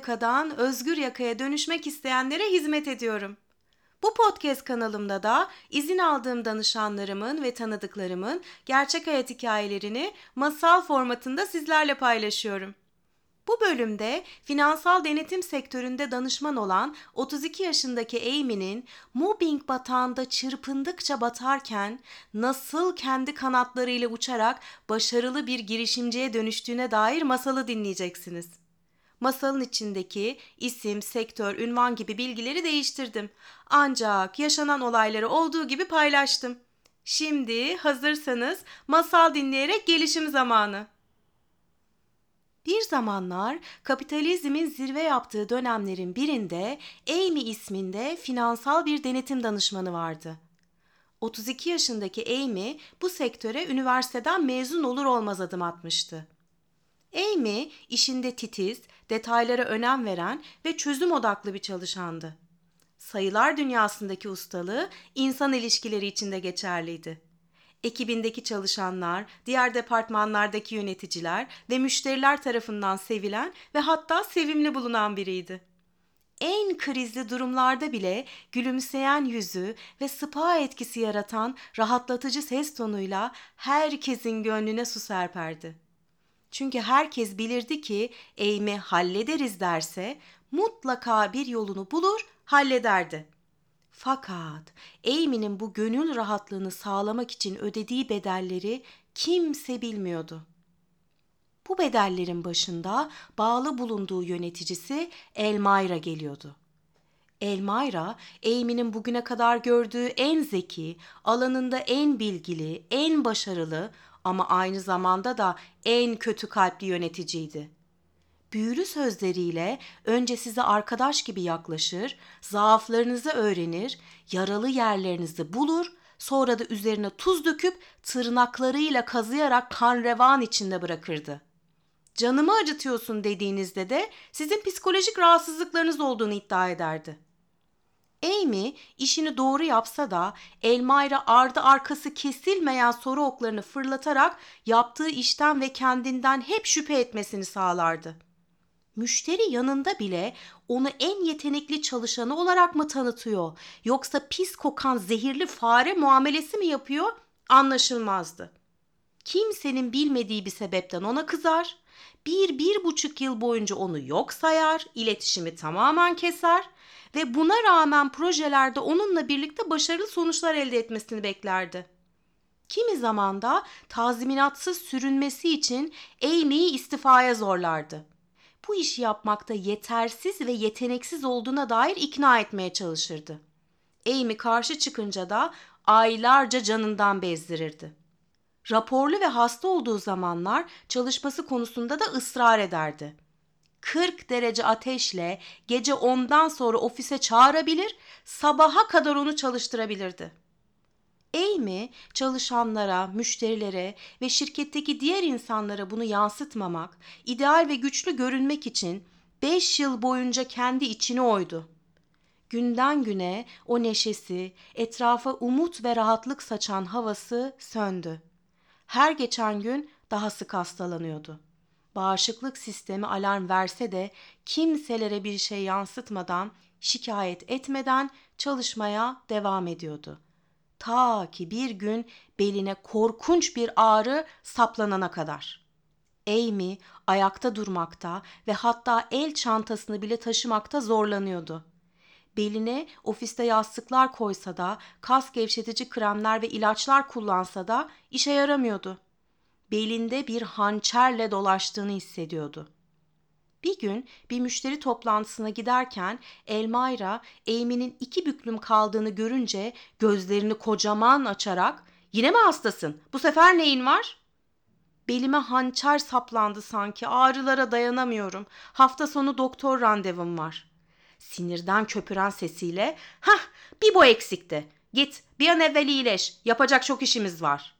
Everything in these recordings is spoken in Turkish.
yakadan özgür yakaya dönüşmek isteyenlere hizmet ediyorum. Bu podcast kanalımda da izin aldığım danışanlarımın ve tanıdıklarımın gerçek hayat hikayelerini masal formatında sizlerle paylaşıyorum. Bu bölümde finansal denetim sektöründe danışman olan 32 yaşındaki Amy'nin mobbing batağında çırpındıkça batarken nasıl kendi kanatlarıyla uçarak başarılı bir girişimciye dönüştüğüne dair masalı dinleyeceksiniz. Masalın içindeki isim, sektör, ünvan gibi bilgileri değiştirdim. Ancak yaşanan olayları olduğu gibi paylaştım. Şimdi hazırsanız masal dinleyerek gelişim zamanı. Bir zamanlar kapitalizmin zirve yaptığı dönemlerin birinde Amy isminde finansal bir denetim danışmanı vardı. 32 yaşındaki Amy bu sektöre üniversiteden mezun olur olmaz adım atmıştı. Amy işinde titiz, detaylara önem veren ve çözüm odaklı bir çalışandı. Sayılar dünyasındaki ustalığı insan ilişkileri için de geçerliydi. Ekibindeki çalışanlar, diğer departmanlardaki yöneticiler ve müşteriler tarafından sevilen ve hatta sevimli bulunan biriydi. En krizli durumlarda bile gülümseyen yüzü ve spa etkisi yaratan rahatlatıcı ses tonuyla herkesin gönlüne su serperdi. Çünkü herkes bilirdi ki Amy hallederiz derse mutlaka bir yolunu bulur, hallederdi. Fakat Amy'nin bu gönül rahatlığını sağlamak için ödediği bedelleri kimse bilmiyordu. Bu bedellerin başında bağlı bulunduğu yöneticisi Elmira geliyordu. Elmira, Amy'nin bugüne kadar gördüğü en zeki, alanında en bilgili, en başarılı ama aynı zamanda da en kötü kalpli yöneticiydi. Büyülü sözleriyle önce size arkadaş gibi yaklaşır, zaaflarınızı öğrenir, yaralı yerlerinizi bulur, sonra da üzerine tuz döküp tırnaklarıyla kazıyarak kan revan içinde bırakırdı. Canımı acıtıyorsun dediğinizde de sizin psikolojik rahatsızlıklarınız olduğunu iddia ederdi. Amy işini doğru yapsa da Elmira ardı arkası kesilmeyen soru oklarını fırlatarak yaptığı işten ve kendinden hep şüphe etmesini sağlardı. Müşteri yanında bile onu en yetenekli çalışanı olarak mı tanıtıyor yoksa pis kokan zehirli fare muamelesi mi yapıyor anlaşılmazdı. Kimsenin bilmediği bir sebepten ona kızar, 1,5 yıl boyunca onu yok sayar, iletişimi tamamen keser ve buna rağmen projelerde onunla birlikte başarılı sonuçlar elde etmesini beklerdi. Kimi zaman da tazminatsız sürünmesi için Amy'yi istifaya zorlardı. Bu işi yapmakta yetersiz ve yeteneksiz olduğuna dair ikna etmeye çalışırdı. Amy karşı çıkınca da aylarca canından bezdirirdi. Raporlu ve hasta olduğu zamanlar çalışması konusunda da ısrar ederdi. 40 derece ateşle gece 10'dan sonra ofise çağırabilir, sabaha kadar onu çalıştırabilirdi. Amy çalışanlara, müşterilere ve şirketteki diğer insanlara bunu yansıtmamak, ideal ve güçlü görünmek için 5 yıl boyunca kendi içini oydu. Günden güne o neşesi, etrafa umut ve rahatlık saçan havası söndü. Her geçen gün daha sık hastalanıyordu. Bağışıklık sistemi alarm verse de kimselere bir şey yansıtmadan, şikayet etmeden çalışmaya devam ediyordu. Ta ki bir gün beline korkunç bir ağrı saplanana kadar. Amy ayakta durmakta ve hatta el çantasını bile taşımakta zorlanıyordu. Beline ofiste yastıklar koysa da, kas gevşetici kremler ve ilaçlar kullansa da işe yaramıyordu. Belinde bir hançerle dolaştığını hissediyordu. Bir gün bir müşteri toplantısına giderken Elmira, Amy'nin 2 büklüm kaldığını görünce gözlerini kocaman açarak "Yine mi hastasın? Bu sefer neyin var?" "Belime hançer saplandı sanki. Ağrılara dayanamıyorum. Hafta sonu doktor randevum var." Sinirden köpüren sesiyle "Hah, bir bu eksikti. Git bir an evvel iyileş. Yapacak çok işimiz var."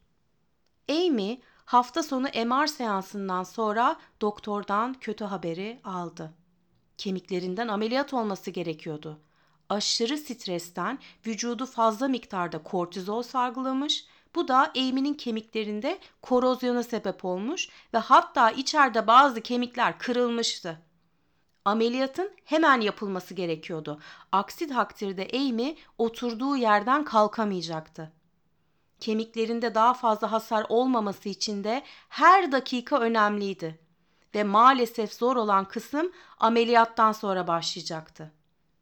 Amy hafta sonu MR seansından sonra doktordan kötü haberi aldı. Kemiklerinden ameliyat olması gerekiyordu. Aşırı stresten vücudu fazla miktarda kortizol salgılamış, bu da Amy'nin kemiklerinde korozyona sebep olmuş ve hatta içeride bazı kemikler kırılmıştı. Ameliyatın hemen yapılması gerekiyordu. Aksi takdirde Amy oturduğu yerden kalkamayacaktı. Kemiklerinde daha fazla hasar olmaması için de her dakika önemliydi. Ve maalesef zor olan kısım ameliyattan sonra başlayacaktı.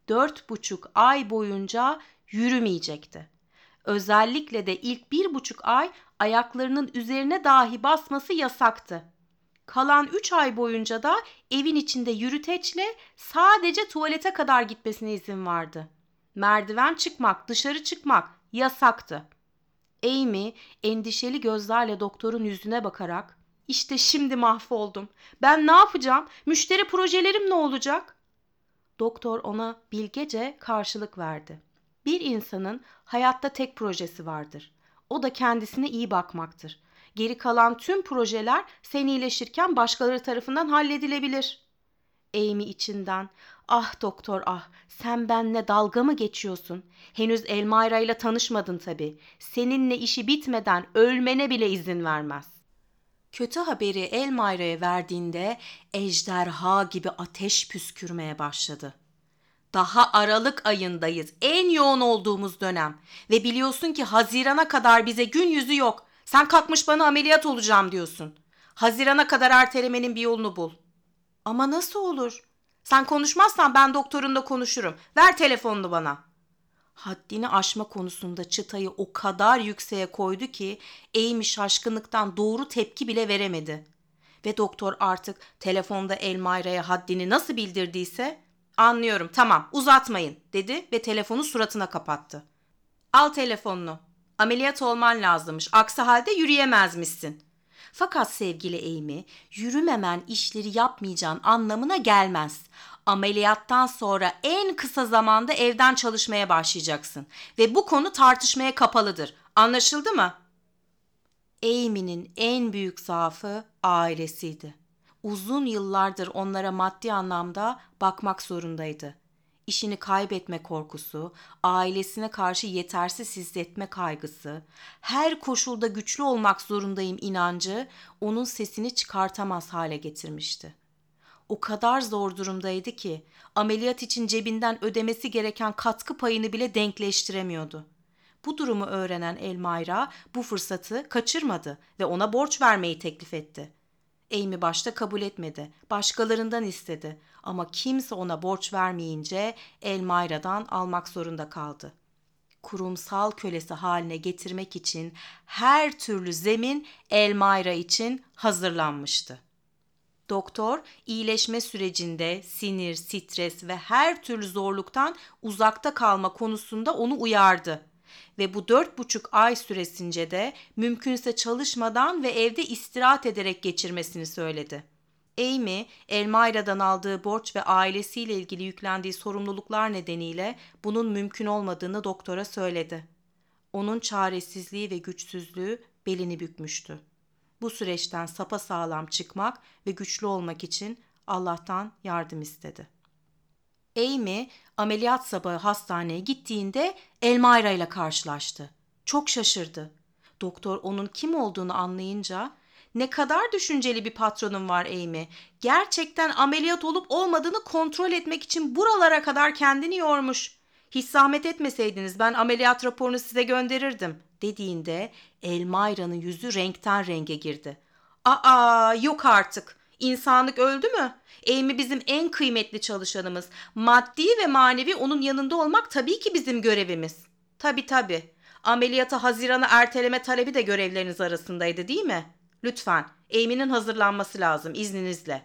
4,5 ay boyunca yürümeyecekti. Özellikle de ilk 1,5 ay ayaklarının üzerine dahi basması yasaktı. Kalan 3 ay boyunca da evin içinde yürüteçle sadece tuvalete kadar gitmesine izin vardı. Merdiven çıkmak, dışarı çıkmak yasaktı. Amy endişeli gözlerle doktorun yüzüne bakarak "İşte şimdi mahvoldum. Ben ne yapacağım? Müşteri projelerim ne olacak?" Doktor ona bilgece karşılık verdi. Bir insanın hayatta tek projesi vardır. O da kendisine iyi bakmaktır. Geri kalan tüm projeler sen iyileşirken başkaları tarafından halledilebilir. Amy içinden, "Ah doktor ah, sen benimle dalga mı geçiyorsun? Henüz Elmayra ile tanışmadın tabii. Seninle işi bitmeden ölmene bile izin vermez." Kötü haberi Elmayra'ya verdiğinde ejderha gibi ateş püskürmeye başladı. "Daha Aralık ayındayız. En yoğun olduğumuz dönem. Ve biliyorsun ki Haziran'a kadar bize gün yüzü yok. Sen kalkmış bana ameliyat olacağım diyorsun. Haziran'a kadar ertelemenin bir yolunu bul." "Ama nasıl olur? Sen konuşmazsan ben doktorunla konuşurum. Ver telefonunu bana." Haddini aşma konusunda çıtayı o kadar yükseğe koydu ki Amy şaşkınlıktan doğru tepki bile veremedi. Ve doktor artık telefonda Elmayra'ya haddini nasıl bildirdiyse "Anlıyorum, tamam, uzatmayın," dedi ve telefonu suratına kapattı. "Al telefonunu. Ameliyat olman lazımmış. Aksi halde yürüyemezmişsin." Fakat sevgili Amy, yürümemen işleri yapmayacağın anlamına gelmez. Ameliyattan sonra en kısa zamanda evden çalışmaya başlayacaksın ve bu konu tartışmaya kapalıdır. Anlaşıldı mı? Amy'nin en büyük zaafı ailesiydi. Uzun yıllardır onlara maddi anlamda bakmak zorundaydı. İşini kaybetme korkusu, ailesine karşı yetersiz hissetme kaygısı, her koşulda güçlü olmak zorundayım inancı onun sesini çıkartamaz hale getirmişti. O kadar zor durumdaydı ki ameliyat için cebinden ödemesi gereken katkı payını bile denkleştiremiyordu. Bu durumu öğrenen Elmayra bu fırsatı kaçırmadı ve ona borç vermeyi teklif etti. Amy başta kabul etmedi, başkalarından istedi ama kimse ona borç vermeyince Elmayra'dan almak zorunda kaldı. Kurumsal kölesi haline getirmek için her türlü zemin Elmayra için hazırlanmıştı. Doktor iyileşme sürecinde sinir, stres ve her türlü zorluktan uzakta kalma konusunda onu uyardı. Ve bu 4,5 ay süresince de mümkünse çalışmadan ve evde istirahat ederek geçirmesini söyledi. Amy, Elmayra'dan aldığı borç ve ailesiyle ilgili yüklendiği sorumluluklar nedeniyle bunun mümkün olmadığını doktora söyledi. Onun çaresizliği ve güçsüzlüğü belini bükmüştü. Bu süreçten sapasağlam çıkmak ve güçlü olmak için Allah'tan yardım istedi. Amy ameliyat sabahı hastaneye gittiğinde Elmayra ile karşılaştı. Çok şaşırdı. Doktor onun kim olduğunu anlayınca "Ne kadar düşünceli bir patronun var Amy. Gerçekten ameliyat olup olmadığını kontrol etmek için buralara kadar kendini yormuş. Hiç zahmet etmeseydiniz ben ameliyat raporunu size gönderirdim," dediğinde Elmayra'nın yüzü renkten renge girdi. "Aa, yok artık. İnsanlık öldü mü? Amy bizim en kıymetli çalışanımız. Maddi ve manevi onun yanında olmak tabii ki bizim görevimiz." Tabii. Ameliyatı Haziran'a erteleme talebi de görevleriniz arasındaydı değil mi? Lütfen, Amy'nin hazırlanması lazım izninizle.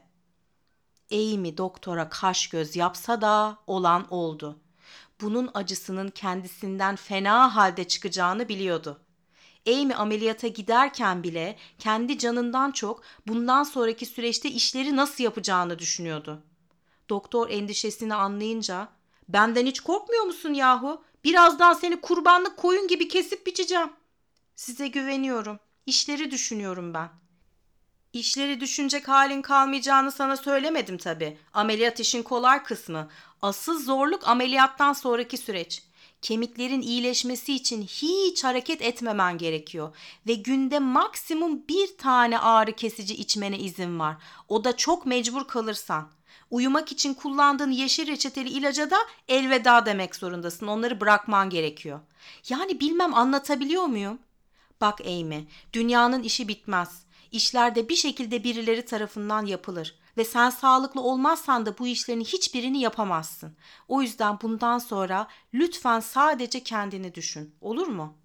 Amy doktora kaş göz yapsa da olan oldu. Bunun acısının kendisinden fena halde çıkacağını biliyordu. Amy ameliyata giderken bile kendi canından çok bundan sonraki süreçte işleri nasıl yapacağını düşünüyordu. Doktor endişesini anlayınca "Benden hiç korkmuyor musun yahu? Birazdan seni kurbanlık koyun gibi kesip biçeceğim." "Size güveniyorum. İşleri düşünüyorum ben." "İşleri düşünecek halin kalmayacağını sana söylemedim tabii. Ameliyat işin kolay kısmı. Asıl zorluk ameliyattan sonraki süreç. Kemiklerin iyileşmesi için hiç hareket etmemen gerekiyor ve günde maksimum bir tane ağrı kesici içmene izin var. O da çok mecbur kalırsan. Uyumak için kullandığın yeşil reçeteli ilaca da elveda demek zorundasın. Onları bırakman gerekiyor. Yani bilmem anlatabiliyor muyum? Bak Amy, dünyanın işi bitmez. İşler de bir şekilde birileri tarafından yapılır. Ve sen sağlıklı olmazsan da bu işlerin hiçbirini yapamazsın. O yüzden bundan sonra lütfen sadece kendini düşün. Olur mu?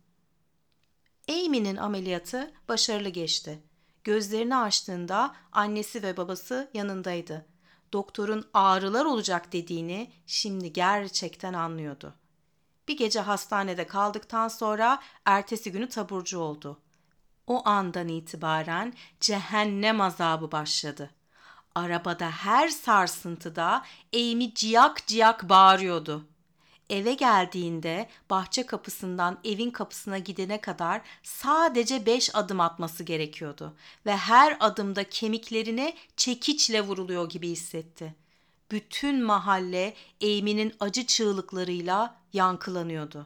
Amy'nin ameliyatı başarılı geçti. Gözlerini açtığında annesi ve babası yanındaydı. Doktorun ağrılar olacak dediğini şimdi gerçekten anlıyordu. Bir gece hastanede kaldıktan sonra ertesi günü taburcu oldu. O andan itibaren cehennem azabı başladı. Arabada her sarsıntıda Amy ciyak ciyak bağırıyordu. Eve geldiğinde bahçe kapısından evin kapısına gidene kadar sadece 5 adım atması gerekiyordu ve her adımda kemiklerine çekiçle vuruluyor gibi hissetti. Bütün mahalle Amy'nin acı çığlıklarıyla yankılanıyordu.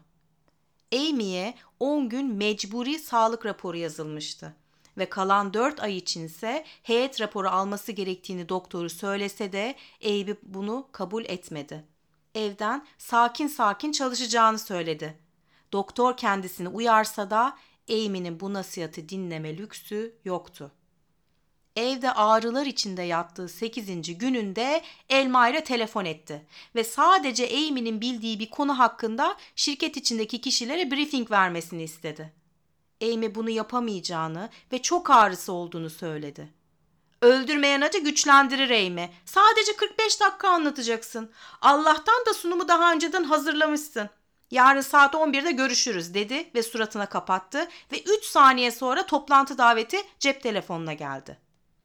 Amy'ye 10 gün mecburi sağlık raporu yazılmıştı ve kalan 4 ay içinse heyet raporu alması gerektiğini doktoru söylese de Amy bunu kabul etmedi. Evden sakin sakin çalışacağını söyledi. Doktor kendisini uyarsa da Amy'nin bu nasihatı dinleme lüksü yoktu. Evde ağrılar içinde yattığı 8. gününde Elmira telefon etti ve sadece Amy'nin bildiği bir konu hakkında şirket içindeki kişilere briefing vermesini istedi. Amy bunu yapamayacağını ve çok ağrısı olduğunu söyledi. Öldürmeyen acı güçlendirir Amy. Sadece 45 dakika anlatacaksın. Allah'tan da sunumu daha önceden hazırlamışsın. Yarın saat 11'de görüşürüz dedi ve suratına kapattı ve 3 saniye sonra toplantı daveti cep telefonuna geldi.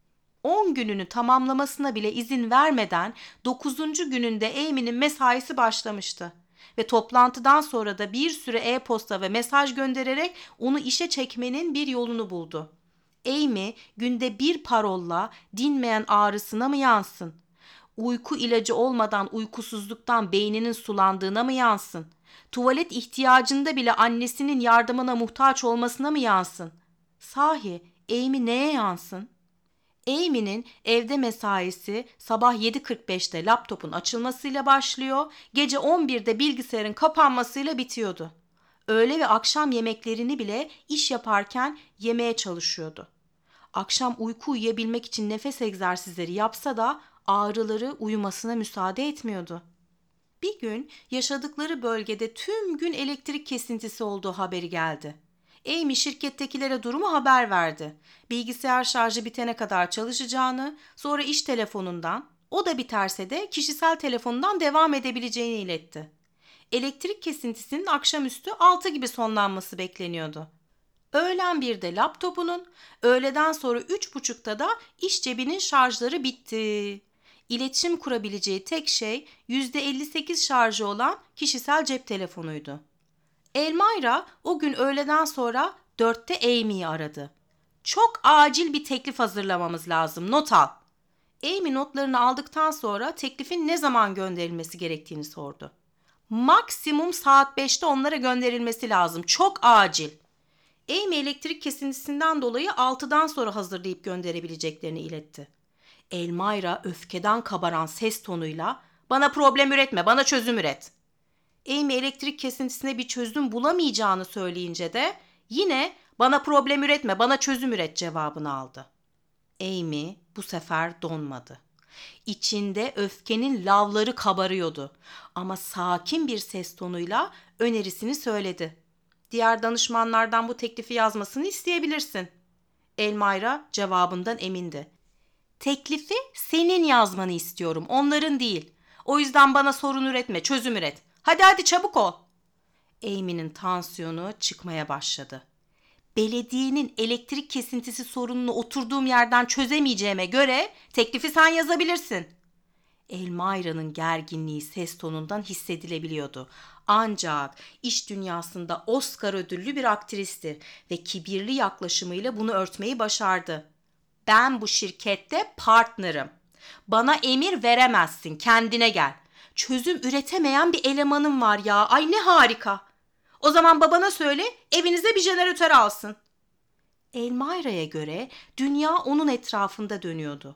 10 gününü tamamlamasına bile izin vermeden 9. gününde Amy'nin mesaisi başlamıştı. Ve toplantıdan sonra da bir sürü e-posta ve mesaj göndererek onu işe çekmenin bir yolunu buldu. Amy günde bir parolla dinmeyen ağrısına mı yansın? Uyku ilacı olmadan uykusuzluktan beyninin sulandığına mı yansın? Tuvalet ihtiyacında bile annesinin yardımına muhtaç olmasına mı yansın? Sahi Amy neye yansın? Amy'nin evde mesaisi sabah 7.45'te laptopun açılmasıyla başlıyor, gece 11'de bilgisayarın kapanmasıyla bitiyordu. Öğle ve akşam yemeklerini bile iş yaparken yemeye çalışıyordu. Akşam uyku uyuyabilmek için nefes egzersizleri yapsa da ağrıları uyumasına müsaade etmiyordu. Bir gün yaşadıkları bölgede tüm gün elektrik kesintisi olduğu haberi geldi. Amy şirkettekilere durumu haber verdi. Bilgisayar şarjı bitene kadar çalışacağını, sonra iş telefonundan, o da biterse de kişisel telefonundan devam edebileceğini iletti. Elektrik kesintisinin akşamüstü 6 gibi sonlanması bekleniyordu. Öğlen 1'de laptopunun, öğleden sonra 3.30'da da iş cebinin şarjları bitti. İletişim kurabileceği tek şey %58 şarjı olan kişisel cep telefonuydu. Elmira o gün öğleden sonra 4'te Amy'yi aradı. Çok acil bir teklif hazırlamamız lazım, not al. Amy notlarını aldıktan sonra teklifin ne zaman gönderilmesi gerektiğini sordu. Maksimum saat 5'te onlara gönderilmesi lazım, çok acil. Amy elektrik kesintisinden dolayı 6'dan sonra hazırlayıp gönderebileceklerini iletti. Elmira öfkeden kabaran ses tonuyla "Bana problem üretme, bana çözüm üret." Amy elektrik kesintisine bir çözüm bulamayacağını söyleyince de yine "Bana problem üretme, bana çözüm üret" cevabını aldı. Amy bu sefer donmadı. İçinde öfkenin lavları kabarıyordu ama sakin bir ses tonuyla önerisini söyledi. "Diğer danışmanlardan bu teklifi yazmasını isteyebilirsin." Elmira cevabından emindi. "Teklifi senin yazmanı istiyorum, onların değil. O yüzden bana sorun üretme, çözüm üret. Hadi çabuk ol." Amy'nin tansiyonu çıkmaya başladı. Belediyenin elektrik kesintisi sorununu oturduğum yerden çözemeyeceğime göre teklifi sen yazabilirsin. Elmira'nın gerginliği ses tonundan hissedilebiliyordu. Ancak iş dünyasında Oscar ödüllü bir aktristir ve kibirli yaklaşımıyla bunu örtmeyi başardı. "Ben bu şirkette partnerim. Bana emir veremezsin, kendine gel. Çözüm üretemeyen bir elemanım var ya, ay ne harika. O zaman babana söyle, evinize bir jeneratör alsın." Elmira'ya göre dünya onun etrafında dönüyordu.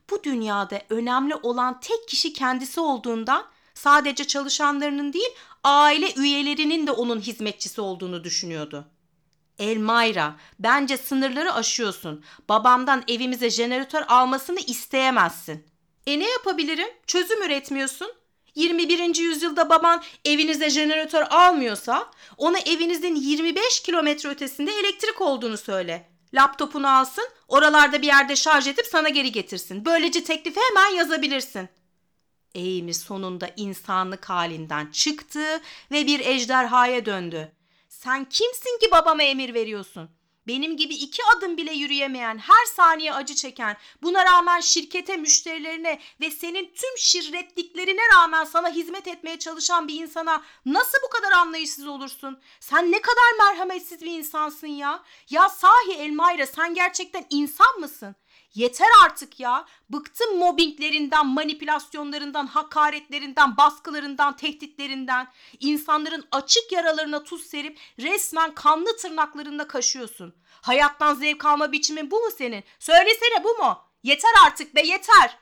Bu dünyada önemli olan tek kişi kendisi olduğundan sadece çalışanlarının değil, aile üyelerinin de onun hizmetçisi olduğunu düşünüyordu. Elmayra, bence sınırları aşıyorsun. Babamdan evimize jeneratör almasını isteyemezsin. Ne yapabilirim? Çözüm üretmiyorsun. 21. yüzyılda baban evinize jeneratör almıyorsa ona evinizin 25 kilometre ötesinde elektrik olduğunu söyle. Laptopunu alsın, oralarda bir yerde şarj edip sana geri getirsin. Böylece teklifi hemen yazabilirsin. Amy sonunda insanlık halinden çıktı ve bir ejderhaya döndü. Sen kimsin ki babama emir veriyorsun? Benim gibi 2 adım bile yürüyemeyen, her saniye acı çeken, buna rağmen şirkete, müşterilerine ve senin tüm şirretliklerine rağmen sana hizmet etmeye çalışan bir insana nasıl bu kadar anlayışsız olursun? Sen ne kadar merhametsiz bir insansın ya. Ya sahi Elmayra, sen gerçekten insan mısın? Yeter artık ya. Bıktım mobbinglerinden, manipülasyonlarından, hakaretlerinden, baskılarından, tehditlerinden. İnsanların açık yaralarına tuz serip resmen kanlı tırnaklarında kaşıyorsun. Hayattan zevk alma biçimin bu mu senin? Söylesene, bu mu? Yeter artık be, yeter.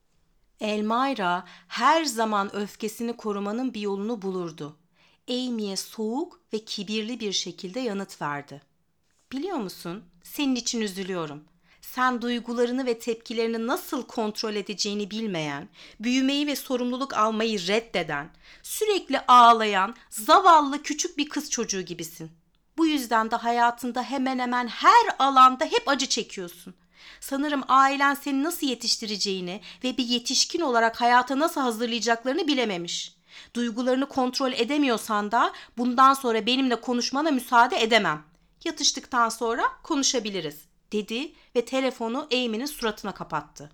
Elmayra her zaman öfkesini korumanın bir yolunu bulurdu. Amy'ye soğuk ve kibirli bir şekilde yanıt verdi. Biliyor musun? Senin için üzülüyorum. Sen duygularını ve tepkilerini nasıl kontrol edeceğini bilmeyen, büyümeyi ve sorumluluk almayı reddeden, sürekli ağlayan, zavallı küçük bir kız çocuğu gibisin. Bu yüzden de hayatında hemen hemen her alanda hep acı çekiyorsun. Sanırım ailen seni nasıl yetiştireceğini ve bir yetişkin olarak hayata nasıl hazırlayacaklarını bilememiş. Duygularını kontrol edemiyorsan da bundan sonra benimle konuşmana müsaade edemem. Yatıştıktan sonra konuşabiliriz, dedi ve telefonu Amy'nin suratına kapattı.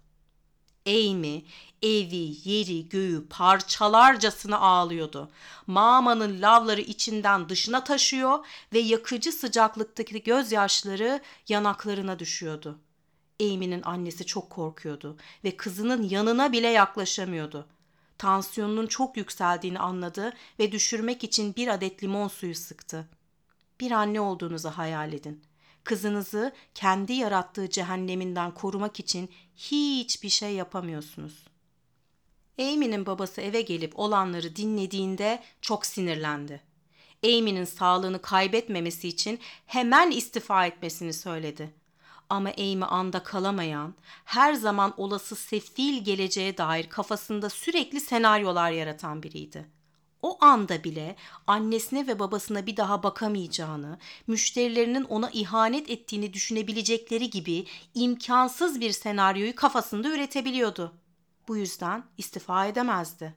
Amy evi, yeri, göğü parçalarcasına ağlıyordu. Mağmanın lavları içinden dışına taşıyor ve yakıcı sıcaklıktaki gözyaşları yanaklarına düşüyordu. Amy'nin annesi çok korkuyordu ve kızının yanına bile yaklaşamıyordu. Tansiyonunun çok yükseldiğini anladı ve düşürmek için bir adet limon suyu sıktı. Bir anne olduğunuzu hayal edin. Kızınızı kendi yarattığı cehenneminden korumak için hiçbir şey yapamıyorsunuz. Amy'nin babası eve gelip olanları dinlediğinde çok sinirlendi. Amy'nin sağlığını kaybetmemesi için hemen istifa etmesini söyledi. Ama Amy anda kalamayan, her zaman olası sefil geleceğe dair kafasında sürekli senaryolar yaratan biriydi. O anda bile annesine ve babasına bir daha bakamayacağını, müşterilerinin ona ihanet ettiğini düşünebilecekleri gibi imkansız bir senaryoyu kafasında üretebiliyordu. Bu yüzden istifa edemezdi.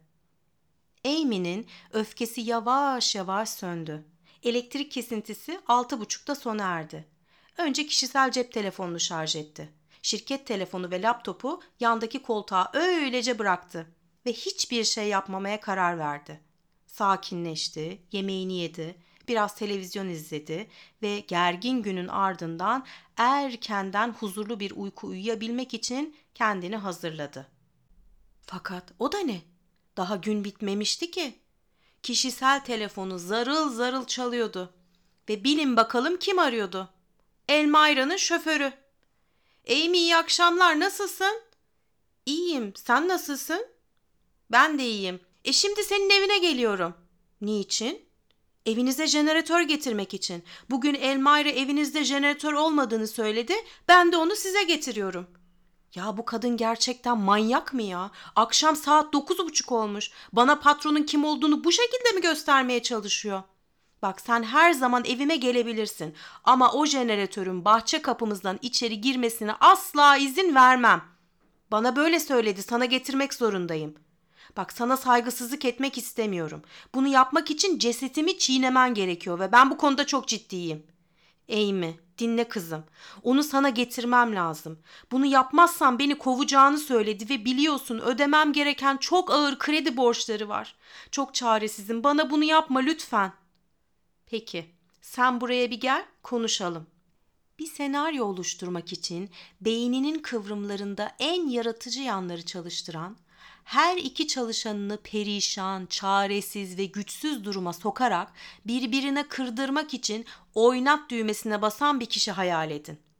Amy'nin öfkesi yavaş yavaş söndü. Elektrik kesintisi 6.30'da sona erdi. Önce kişisel cep telefonunu şarj etti. Şirket telefonu ve laptopu yandaki koltuğa öylece bıraktı ve hiçbir şey yapmamaya karar verdi. Sakinleşti, yemeğini yedi, biraz televizyon izledi ve gergin günün ardından erkenden huzurlu bir uyku uyuyabilmek için kendini hazırladı. Fakat o da ne? Daha gün bitmemişti ki. Kişisel telefonu zarıl zarıl çalıyordu. Ve bilin bakalım kim arıyordu? Elmayra'nın şoförü. Amy, iyi akşamlar, nasılsın? İyiyim, sen nasılsın? Ben de iyiyim. Şimdi senin evine geliyorum. Niçin? Evinize jeneratör getirmek için. Bugün Elmayra evinizde jeneratör olmadığını söyledi. Ben de onu size getiriyorum. Ya bu kadın gerçekten manyak mı ya? Akşam saat 9.30 olmuş. Bana patronun kim olduğunu bu şekilde mi göstermeye çalışıyor? Bak, sen her zaman evime gelebilirsin. Ama o jeneratörün bahçe kapımızdan içeri girmesine asla izin vermem. Bana böyle söyledi, sana getirmek zorundayım. Bak, sana saygısızlık etmek istemiyorum. Bunu yapmak için cesetimi çiğnemen gerekiyor ve ben bu konuda çok ciddiyim. Amy, dinle kızım. Onu sana getirmem lazım. Bunu yapmazsam beni kovacağını söyledi ve biliyorsun ödemem gereken çok ağır kredi borçları var. Çok çaresizim. Bana bunu yapma lütfen. Peki, sen buraya bir gel, konuşalım. Bir senaryo oluşturmak için beyninin kıvrımlarında en yaratıcı yanları çalıştıran, her iki çalışanını perişan, çaresiz ve güçsüz duruma sokarak birbirine kırdırmak için oynat düğmesine basan bir kişi hayal edin.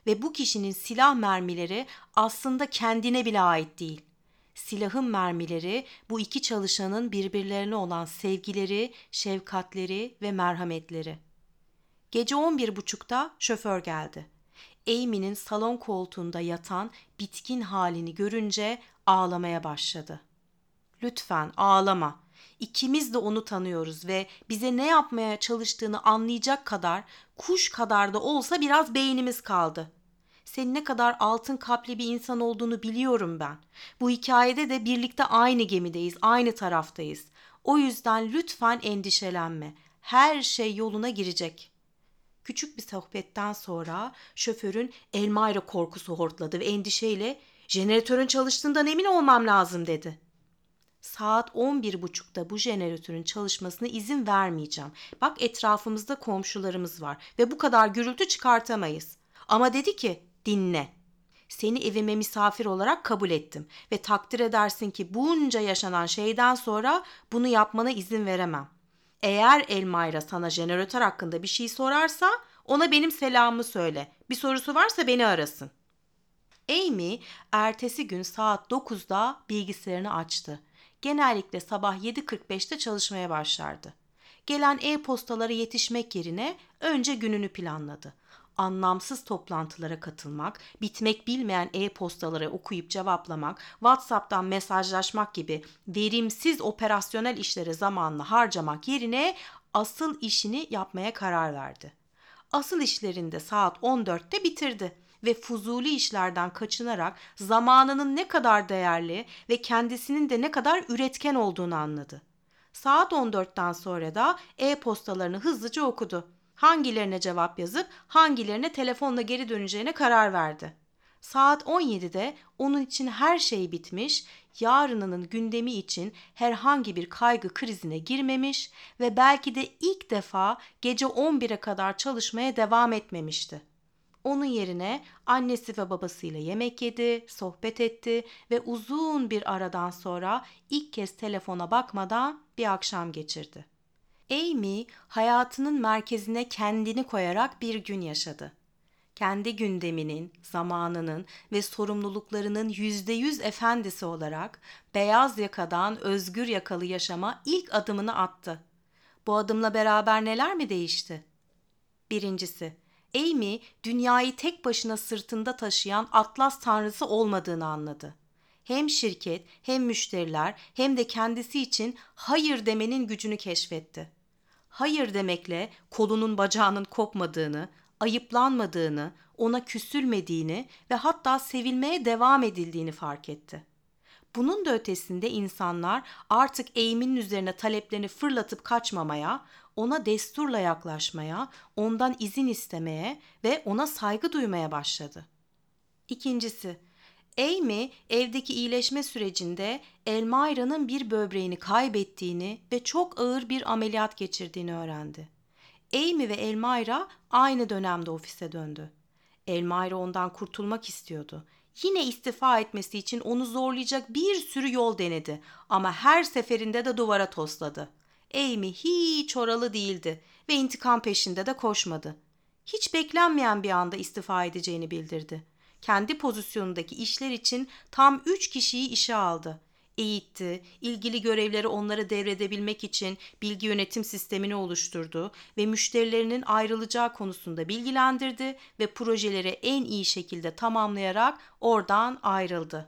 Ve bu kişinin silah mermileri aslında kendine bile ait değil. Silahın mermileri bu iki çalışanın birbirlerine olan sevgileri, şefkatleri ve merhametleri. Gece 11.30'da şoför geldi. Amy'nin salon koltuğunda yatan bitkin halini görünce ağlamaya başladı. Lütfen ağlama. İkimiz de onu tanıyoruz ve bize ne yapmaya çalıştığını anlayacak kadar, kuş kadar da olsa biraz beynimiz kaldı. Senin ne kadar altın kalpli bir insan olduğunu biliyorum ben. Bu hikayede de birlikte aynı gemideyiz, aynı taraftayız. O yüzden lütfen endişelenme. Her şey yoluna girecek. Küçük bir sohbetten sonra şoförün Elmayra korkusu hortladı ve endişeyle "Jeneratörün çalıştığından emin olmam lazım." dedi. Saat 11.30'da bu jeneratörün çalışmasına izin vermeyeceğim. Bak etrafımızda komşularımız var ve bu kadar gürültü çıkartamayız. Ama dedi ki dinle. Seni evime misafir olarak kabul ettim ve takdir edersin ki bunca yaşanan şeyden sonra bunu yapmana izin veremem. Eğer Elmayra sana jeneratör hakkında bir şey sorarsa ona benim selamımı söyle. Bir sorusu varsa beni arasın. Amy ertesi gün saat 9'da bilgisayarını açtı. Genellikle sabah 7.45'te çalışmaya başlardı. Gelen e-postalara yetişmek yerine önce gününü planladı. Anlamsız toplantılara katılmak, bitmek bilmeyen e-postaları okuyup cevaplamak, WhatsApp'tan mesajlaşmak gibi verimsiz operasyonel işlere zamanını harcamak yerine asıl işini yapmaya karar verdi. Asıl işlerini de saat 14'te bitirdi ve fuzuli işlerden kaçınarak zamanının ne kadar değerli ve kendisinin de ne kadar üretken olduğunu anladı. Saat 14'ten sonra da e-postalarını hızlıca okudu. Hangilerine cevap yazıp hangilerine telefonla geri döneceğine karar verdi. Saat 17'de onun için her şey bitmiş, yarınının gündemi için herhangi bir kaygı krizine girmemiş ve belki de ilk defa gece 11'e kadar çalışmaya devam etmemişti. Onun yerine annesi ve babasıyla yemek yedi, sohbet etti ve uzun bir aradan sonra ilk kez telefona bakmadan bir akşam geçirdi. Amy hayatının merkezine kendini koyarak bir gün yaşadı. Kendi gündeminin, zamanının ve sorumluluklarının %100 efendisi olarak beyaz yakadan özgür yakalı yaşama ilk adımını attı. Bu adımla beraber neler mi değişti? Birincisi, Amy dünyayı tek başına sırtında taşıyan Atlas tanrısı olmadığını anladı. Hem şirket, hem müşteriler, hem de kendisi için hayır demenin gücünü keşfetti. Hayır demekle kolunun bacağının kopmadığını, ayıplanmadığını, ona küsülmediğini ve hatta sevilmeye devam edildiğini fark etti. Bunun da ötesinde insanlar artık Amy'nin üzerine taleplerini fırlatıp kaçmamaya, ona desturla yaklaşmaya, ondan izin istemeye ve ona saygı duymaya başladı. İkincisi, Amy evdeki iyileşme sürecinde Elmayra'nın bir böbreğini kaybettiğini ve çok ağır bir ameliyat geçirdiğini öğrendi. Amy ve Elmayra aynı dönemde ofise döndü. Elmayra ondan kurtulmak istiyordu. Yine istifa etmesi için onu zorlayacak bir sürü yol denedi ama her seferinde de duvara tosladı. Amy hiç oralı değildi ve intikam peşinde de koşmadı. Hiç beklenmeyen bir anda istifa edeceğini bildirdi. Kendi pozisyonundaki işler için tam 3 kişiyi işe aldı. Eğitti, ilgili görevleri onlara devredebilmek için bilgi yönetim sistemini oluşturdu ve müşterilerinin ayrılacağı konusunda bilgilendirdi ve projeleri en iyi şekilde tamamlayarak oradan ayrıldı.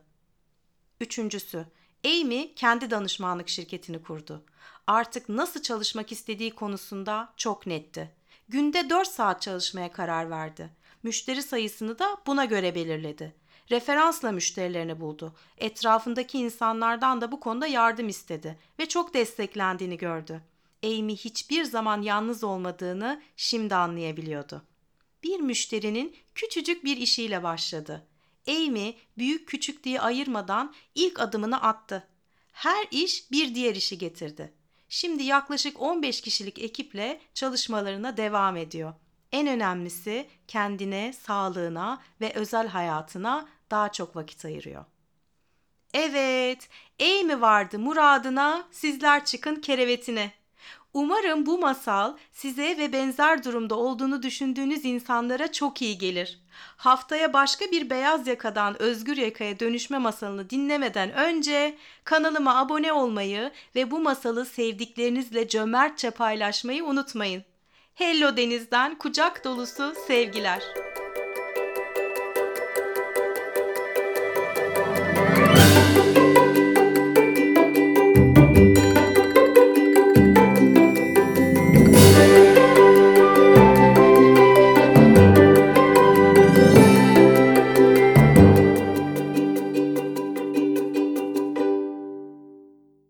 Üçüncüsü, Amy kendi danışmanlık şirketini kurdu. Artık nasıl çalışmak istediği konusunda çok netti. Günde 4 saat çalışmaya karar verdi. Müşteri sayısını da buna göre belirledi. Referansla müşterilerini buldu. Etrafındaki insanlardan da bu konuda yardım istedi ve çok desteklendiğini gördü. Amy hiçbir zaman yalnız olmadığını şimdi anlayabiliyordu. Bir müşterinin küçücük bir işiyle başladı. Amy büyük küçük diye ayırmadan ilk adımını attı. Her iş bir diğer işi getirdi. Şimdi yaklaşık 15 kişilik ekiple çalışmalarına devam ediyor. En önemlisi kendine, sağlığına ve özel hayatına daha çok vakit ayırıyor. Evet, Amy vardı muradına, sizler çıkın kerevetine. Umarım bu masal size ve benzer durumda olduğunu düşündüğünüz insanlara çok iyi gelir. Haftaya başka bir beyaz yakadan özgür yakaya dönüşme masalını dinlemeden önce kanalıma abone olmayı ve bu masalı sevdiklerinizle cömertçe paylaşmayı unutmayın. Hello Deniz'den kucak dolusu sevgiler.